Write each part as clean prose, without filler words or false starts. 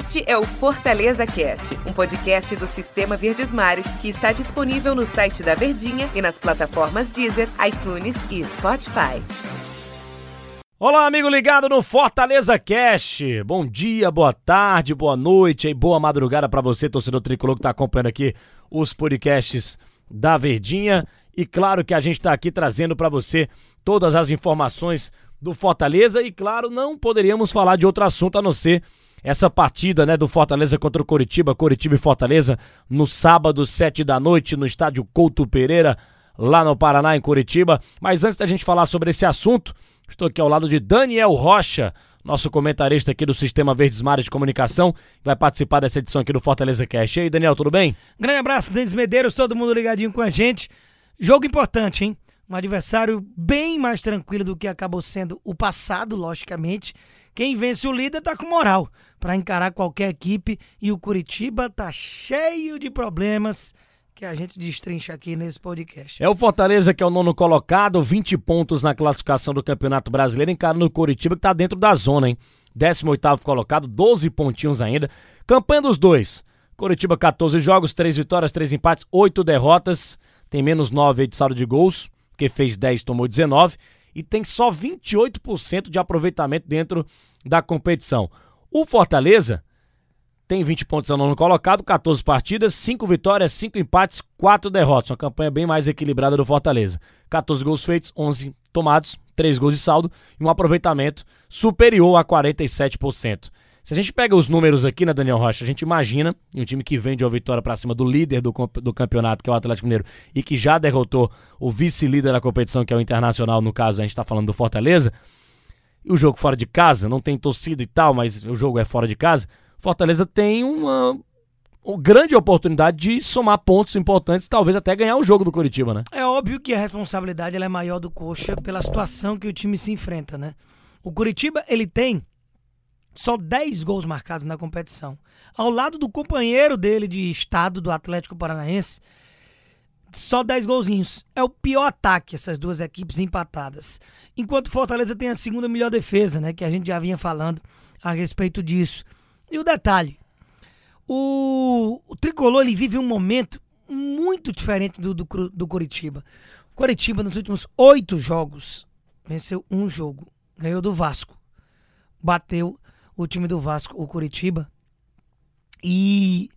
Este é o Fortaleza Cast, um podcast do Sistema Verdes Mares que está disponível no site da Verdinha e nas plataformas Deezer, iTunes e Spotify. Olá, amigo ligado no Fortaleza Cast. Bom dia, boa tarde, boa noite e boa madrugada para você, torcedor tricolor que está acompanhando aqui os podcasts da Verdinha. E claro que a gente está aqui trazendo para você todas as informações do Fortaleza e, claro, não poderíamos falar de outro assunto a não ser essa partida, né, do Fortaleza contra o Coritiba e Fortaleza, no sábado, 7 da noite, no estádio Couto Pereira, lá no Paraná, em Curitiba. Mas antes da gente falar sobre esse assunto, estou aqui ao lado de Daniel Rocha, nosso comentarista aqui do Sistema Verdes Mares de Comunicação, que vai participar dessa edição aqui do Fortaleza Cast. E aí, Daniel, tudo bem? Grande abraço, Denis Medeiros, todo mundo ligadinho com a gente. Jogo importante, hein? Um adversário bem mais tranquilo do que acabou sendo o passado, logicamente. Quem vence o líder tá com moral para encarar qualquer equipe e o Curitiba tá cheio de problemas que a gente destrincha aqui nesse podcast. É o Fortaleza que é o 9º colocado, 20 pontos na classificação do Campeonato Brasileiro, encarando o Coritiba que tá dentro da zona, hein? 18º colocado, 12 pontinhos ainda. Campanha dos dois. Coritiba 14 jogos, 3 vitórias, 3 empates, 8 derrotas. Tem menos 9 aí de saldo de gols, porque fez 10, tomou 19. E tem só 28% de aproveitamento dentro da competição. O Fortaleza tem 20 pontos ao 9º colocado, 14 partidas, 5 vitórias, 5 empates, 4 derrotas. Uma campanha bem mais equilibrada do Fortaleza. 14 gols feitos, 11 tomados, 3 gols de saldo e um aproveitamento superior a 47%. Se a gente pega os números aqui, né, Daniel Rocha, a gente imagina um time que vem de uma vitória para cima do líder do campeonato, que é o Atlético Mineiro, e que já derrotou o vice-líder da competição, que é o Internacional, no caso a gente está falando do Fortaleza, e o jogo fora de casa, não tem torcida e tal, mas o jogo é fora de casa, Fortaleza tem uma grande oportunidade de somar pontos importantes, talvez até ganhar o jogo do Coritiba, né? É óbvio que a responsabilidade ela é maior do Coxa pela situação que o time se enfrenta, né? O Coritiba, ele tem só 10 gols marcados na competição. Ao lado do companheiro dele de estado, do Atlético Paranaense, só 10 golzinhos. É o pior ataque, essas duas equipes empatadas. Enquanto o Fortaleza tem a segunda melhor defesa, né? Que a gente já vinha falando a respeito disso. E o detalhe, o Tricolor ele vive um momento muito diferente do Coritiba. O Coritiba, nos últimos 8 jogos, venceu um jogo. Ganhou do Vasco. Bateu o time do Vasco, o Coritiba. E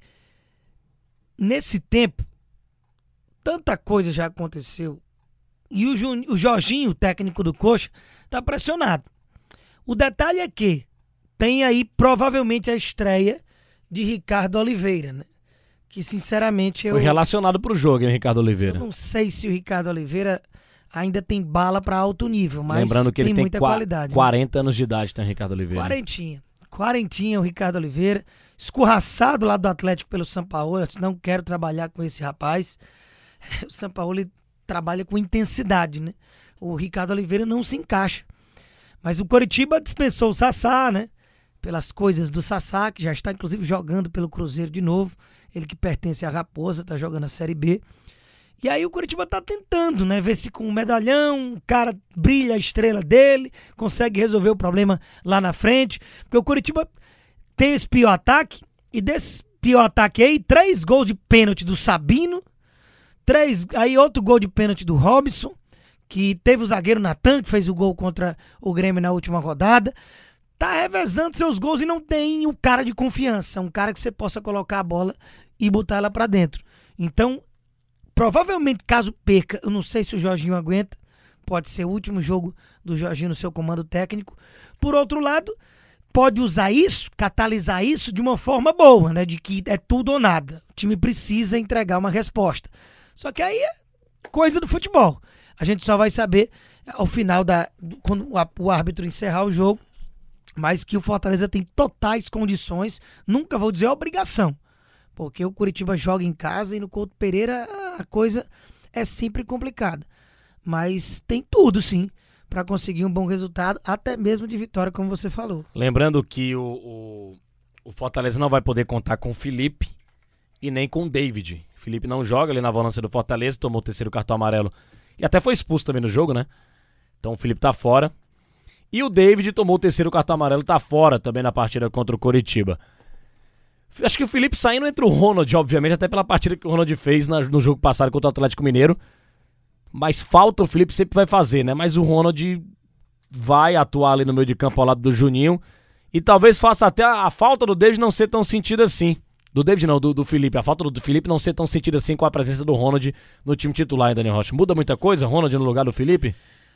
nesse tempo, tanta coisa já aconteceu. E o Jorginho, o técnico do Coxa, tá pressionado. O detalhe é que tem aí provavelmente a estreia de Ricardo Oliveira, né? Que sinceramente Foi relacionado pro jogo, hein, Ricardo Oliveira? Eu não sei se o Ricardo Oliveira ainda tem bala para alto nível, mas lembrando que ele tem muita qualidade. 40 anos de idade, tem o Ricardo Oliveira. Quarentinha o Ricardo Oliveira, escorraçado lá do Atlético pelo Sampaoli. Eu disse, não quero trabalhar com esse rapaz. O Sampaoli trabalha com intensidade, né? O Ricardo Oliveira não se encaixa. Mas o Coritiba dispensou o Sassá, né? Pelas coisas do Sassá, que já está inclusive jogando pelo Cruzeiro de novo. Ele que pertence à Raposa, tá jogando a Série B. E aí o Coritiba tá tentando, né? Ver se com um medalhão, o cara brilha a estrela dele, consegue resolver o problema lá na frente. Porque o Coritiba tem esse pior ataque, e desse pior ataque aí, 3 gols de pênalti do Sabino, aí outro gol de pênalti do Robson, que teve o zagueiro Natan, que fez o gol contra o Grêmio na última rodada. Tá revezando seus gols e não tem o cara de confiança, um cara que você possa colocar a bola e botar ela pra dentro. Então, provavelmente, caso perca, eu não sei se o Jorginho aguenta, pode ser o último jogo do Jorginho no seu comando técnico. Por outro lado, pode usar isso, catalisar isso de uma forma boa, né? De que é tudo ou nada. O time precisa entregar uma resposta. Só que aí é coisa do futebol. A gente só vai saber ao final, quando o árbitro encerrar o jogo, mas que o Fortaleza tem totais condições, nunca vou dizer obrigação, porque o Curitiba joga em casa e no Couto Pereira a coisa é sempre complicada. Mas tem tudo, sim, para conseguir um bom resultado, até mesmo de vitória, como você falou. Lembrando que o Fortaleza não vai poder contar com o Felipe e nem com o David. O Felipe não joga ali na volância do Fortaleza, tomou o 3º cartão amarelo e até foi expulso também no jogo, né? Então o Felipe tá fora. E o David tomou o 3º cartão amarelo, tá fora também na partida contra o Coritiba. Acho que o Felipe saindo entre o Ronald, obviamente, até pela partida que o Ronald fez no jogo passado contra o Atlético Mineiro. Mas falta o Felipe sempre vai fazer, né? Mas o Ronald vai atuar ali no meio de campo ao lado do Juninho. E talvez faça até a falta do David não ser tão sentida assim. Do David não, do Felipe. A falta do Felipe não ser tão sentida assim com a presença do Ronald no time titular, hein, Daniel Rocha? Muda muita coisa, Ronald no lugar do Felipe?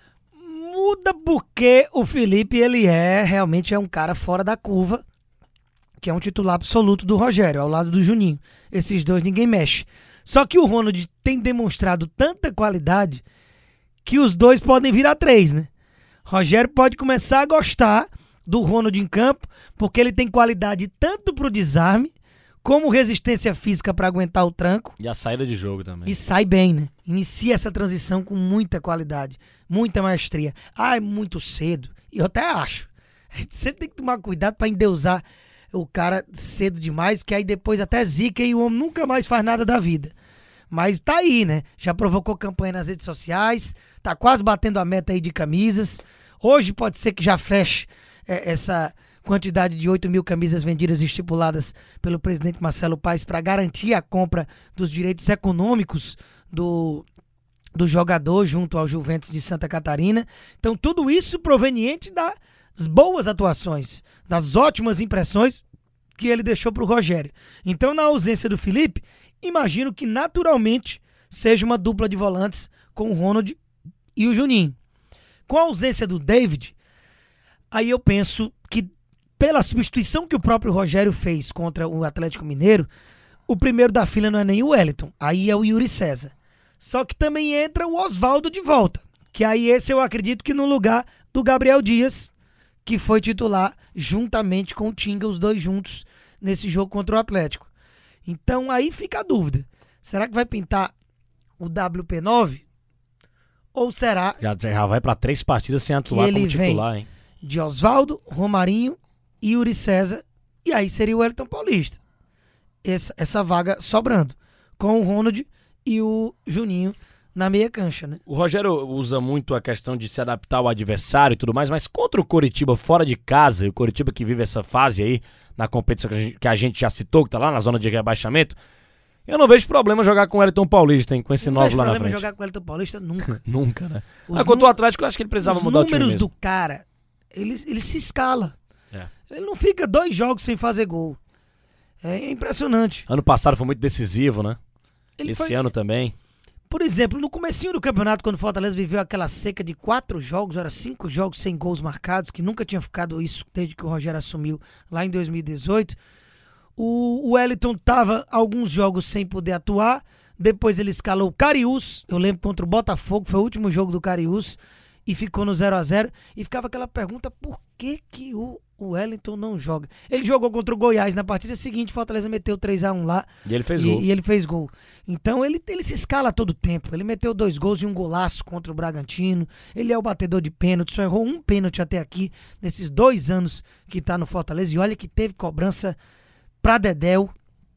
Muda porque o Felipe, ele realmente é um cara fora da curva, que é um titular absoluto do Rogério, ao lado do Juninho. Esses dois ninguém mexe. Só que o Ronald tem demonstrado tanta qualidade que os dois podem virar 3, né? Rogério pode começar a gostar do Ronald em campo, porque ele tem qualidade tanto pro desarme, como resistência física para aguentar o tranco. E a saída de jogo também. E sai bem, né? Inicia essa transição com muita qualidade, muita maestria. É muito cedo. E eu até acho. A gente sempre tem que tomar cuidado para endeusar o cara cedo demais, que aí depois até zica e o homem nunca mais faz nada da vida. Mas tá aí, né? Já provocou campanha nas redes sociais, tá quase batendo a meta aí de camisas. Hoje pode ser que já feche essa quantidade de 8 mil camisas vendidas e estipuladas pelo presidente Marcelo Paes para garantir a compra dos direitos econômicos do jogador junto ao Juventus de Santa Catarina. Então tudo isso proveniente das boas atuações, das ótimas impressões que ele deixou para o Rogério. Então, na ausência do Felipe, imagino que naturalmente seja uma dupla de volantes com o Ronald e o Juninho. Com a ausência do David, aí eu penso que pela substituição que o próprio Rogério fez contra o Atlético Mineiro, o primeiro da fila não é nem o Wellington, aí é o Yuri César. Só que também entra o Oswaldo de volta, que aí esse eu acredito que no lugar do Gabriel Dias, que foi titular juntamente com o Tinga, os dois juntos nesse jogo contra o Atlético. Então aí fica a dúvida, será que vai pintar o WP9? Ou será Já vai para 3 partidas sem atuar como titular, hein? De Oswaldo, Romarinho e Yuri César, e aí seria o Wellington Paulista. Essa vaga sobrando, com o Ronald e o Juninho na meia cancha, né? O Rogério usa muito a questão de se adaptar ao adversário e tudo mais, mas contra o Coritiba fora de casa, e o Coritiba que vive essa fase aí, na competição que a gente já citou, que tá lá na zona de rebaixamento, eu não vejo problema jogar com o Wellington Paulista, hein, com esse 9 lá na frente. Não vejo problema jogar com o Wellington Paulista nunca. Nunca, né? Contra o Atlético, eu acho que ele precisava mudar o time mesmo. Os números do cara, ele se escala. Ele não fica 2 jogos sem fazer gol. É impressionante. Ano passado foi muito decisivo, né? Esse ano também. Por exemplo, no comecinho do campeonato, quando o Fortaleza viveu aquela seca de 4 jogos, era 5 jogos sem gols marcados, que nunca tinha ficado isso desde que o Rogério assumiu lá em 2018. O Wellington estava alguns jogos sem poder atuar, depois ele escalou o Cariús, eu lembro contra o Botafogo, foi o último jogo do Cariús, e ficou no 0-0, e ficava aquela pergunta, por que o Wellington não joga? Ele jogou contra o Goiás na partida seguinte, o Fortaleza meteu 3-1 lá. E ele fez gol. E ele fez gol. Então ele se escala todo o tempo. Ele meteu 2 gols e um golaço contra o Bragantino. Ele é o batedor de pênalti, só errou um pênalti até aqui, nesses 2 anos que tá no Fortaleza. E olha que teve cobrança pra Dedéu.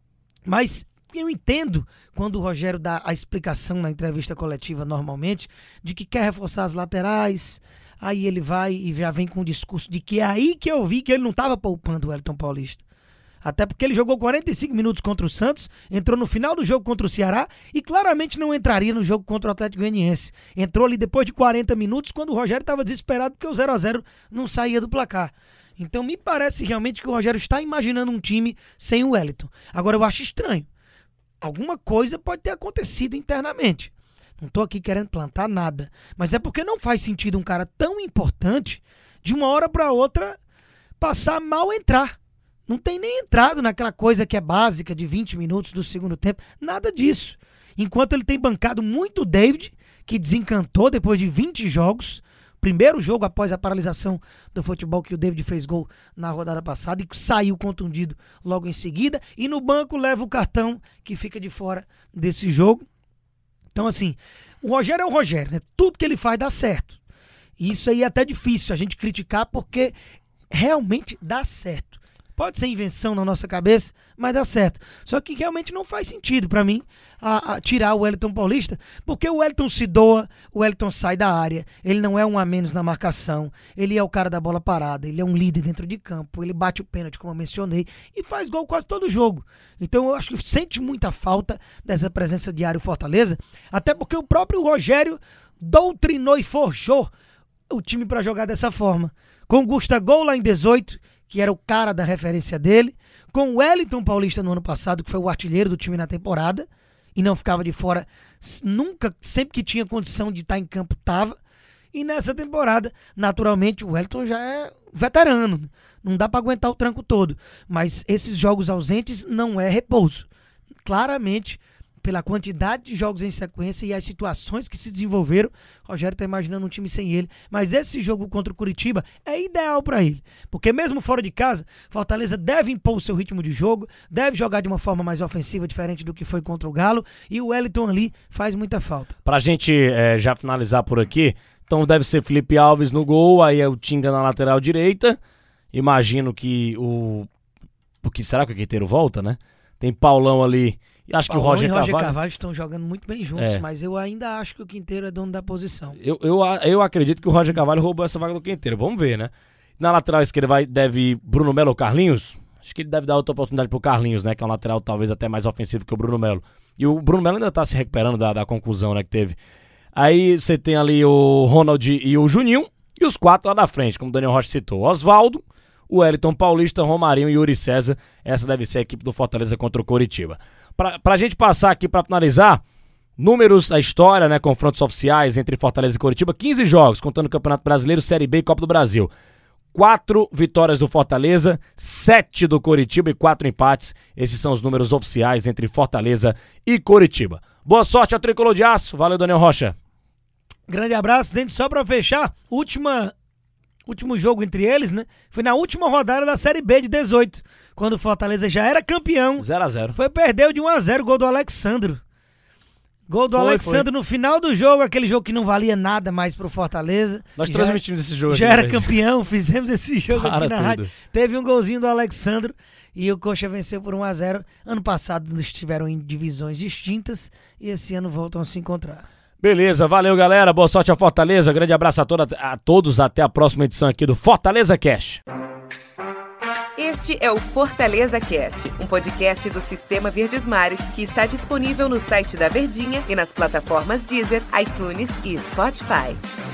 Mas eu entendo quando o Rogério dá a explicação na entrevista coletiva normalmente, de que quer reforçar as laterais. Aí ele vai e já vem com o discurso de que é aí que eu vi que ele não estava poupando o Wellington Paulista. Até porque ele jogou 45 minutos contra o Santos, entrou no final do jogo contra o Ceará e claramente não entraria no jogo contra o Atlético Goianiense. Entrou ali depois de 40 minutos quando o Rogério estava desesperado porque o 0-0 não saía do placar. Então me parece realmente que o Rogério está imaginando um time sem o Wellington. Agora eu acho estranho. Alguma coisa pode ter acontecido internamente. Não tô aqui querendo plantar nada. Mas é porque não faz sentido um cara tão importante, de uma hora para outra, passar mal entrar. Não tem nem entrado naquela coisa que é básica de 20 minutos do segundo tempo. Nada disso. Enquanto ele tem bancado muito o David, que desencantou depois de 20 jogos. Primeiro jogo após a paralisação do futebol que o David fez gol na rodada passada e saiu contundido logo em seguida. E no banco leva o cartão que fica de fora desse jogo. Então, assim, o Rogério é o Rogério, né? Tudo que ele faz dá certo. E isso aí é até difícil a gente criticar porque realmente dá certo. Pode ser invenção na nossa cabeça, mas dá certo. Só que realmente não faz sentido pra mim a tirar o Wellington Paulista, porque o Wellington se doa, o Wellington sai da área, ele não é um a menos na marcação, ele é o cara da bola parada, ele é um líder dentro de campo, ele bate o pênalti, como eu mencionei, e faz gol quase todo jogo. Então eu acho que sente muita falta dessa presença de Área Fortaleza, até porque o próprio Rogério doutrinou e forjou o time pra jogar dessa forma. Com o Gustavo lá em 18, que era o cara da referência dele, com o Wellington Paulista no ano passado, que foi o artilheiro do time na temporada, e não ficava de fora nunca, sempre que tinha condição de estar em campo, estava. E nessa temporada, naturalmente, o Wellington já é veterano, não dá para aguentar o tranco todo. Mas esses jogos ausentes não é repouso. Claramente, pela quantidade de jogos em sequência e as situações que se desenvolveram, o Rogério está imaginando um time sem ele. Mas esse jogo contra o Curitiba é ideal para ele. Porque mesmo fora de casa, Fortaleza deve impor o seu ritmo de jogo, deve jogar de uma forma mais ofensiva, diferente do que foi contra o Galo. E o Wellington ali faz muita falta. Pra gente já finalizar por aqui, então deve ser Felipe Alves no gol, aí é o Tinga na lateral direita. Imagino que porque será que o Quinteiro volta, né? Tem Paulão ali. E acho Paulão que o Roger Carvalho estão jogando muito bem juntos, mas eu ainda acho que o Quinteiro é dono da posição. Eu acredito que o Roger Carvalho roubou essa vaga do Quinteiro. Vamos ver, né? Na lateral esquerda deve ir Bruno Melo ou Carlinhos? Acho que ele deve dar outra oportunidade pro Carlinhos, né? Que é um lateral talvez até mais ofensivo que o Bruno Melo. E o Bruno Melo ainda tá se recuperando da conclusão, né, que teve. Aí você tem ali o Ronald e o Juninho. E os 4 lá da frente, como o Daniel Rocha citou. Oswaldo, o Wellington Paulista, Romarinho e Yuri César. Essa deve ser a equipe do Fortaleza contra o Coritiba. Pra gente passar aqui pra finalizar, números, a história, né, confrontos oficiais entre Fortaleza e Coritiba, 15 jogos, contando o Campeonato Brasileiro, Série B e Copa do Brasil. 4 vitórias do Fortaleza, 7 do Coritiba e 4 empates. Esses são os números oficiais entre Fortaleza e Coritiba. Boa sorte ao Tricolor de Aço. Valeu, Daniel Rocha. Grande abraço. Dentro só pra fechar, último jogo entre eles, né? Foi na última rodada da Série B de 18, quando o Fortaleza já era campeão. 0-0. Perdeu de 1-0, gol do Alexandro. Gol do Alexandro no final do jogo, aquele jogo que não valia nada mais pro Fortaleza. Nós transmitimos esse jogo. Já era campeão, fizemos esse jogo aqui na rádio. Teve um golzinho do Alexandro e o Coxa venceu por 1-0. Ano passado eles estiveram em divisões distintas e esse ano voltam a se encontrar. Beleza, valeu galera, boa sorte ao Fortaleza, grande abraço a todos, até a próxima edição aqui do Fortaleza Cast. Este é o Fortaleza Cast, um podcast do Sistema Verdes Mares que está disponível no site da Verdinha e nas plataformas Deezer, iTunes e Spotify.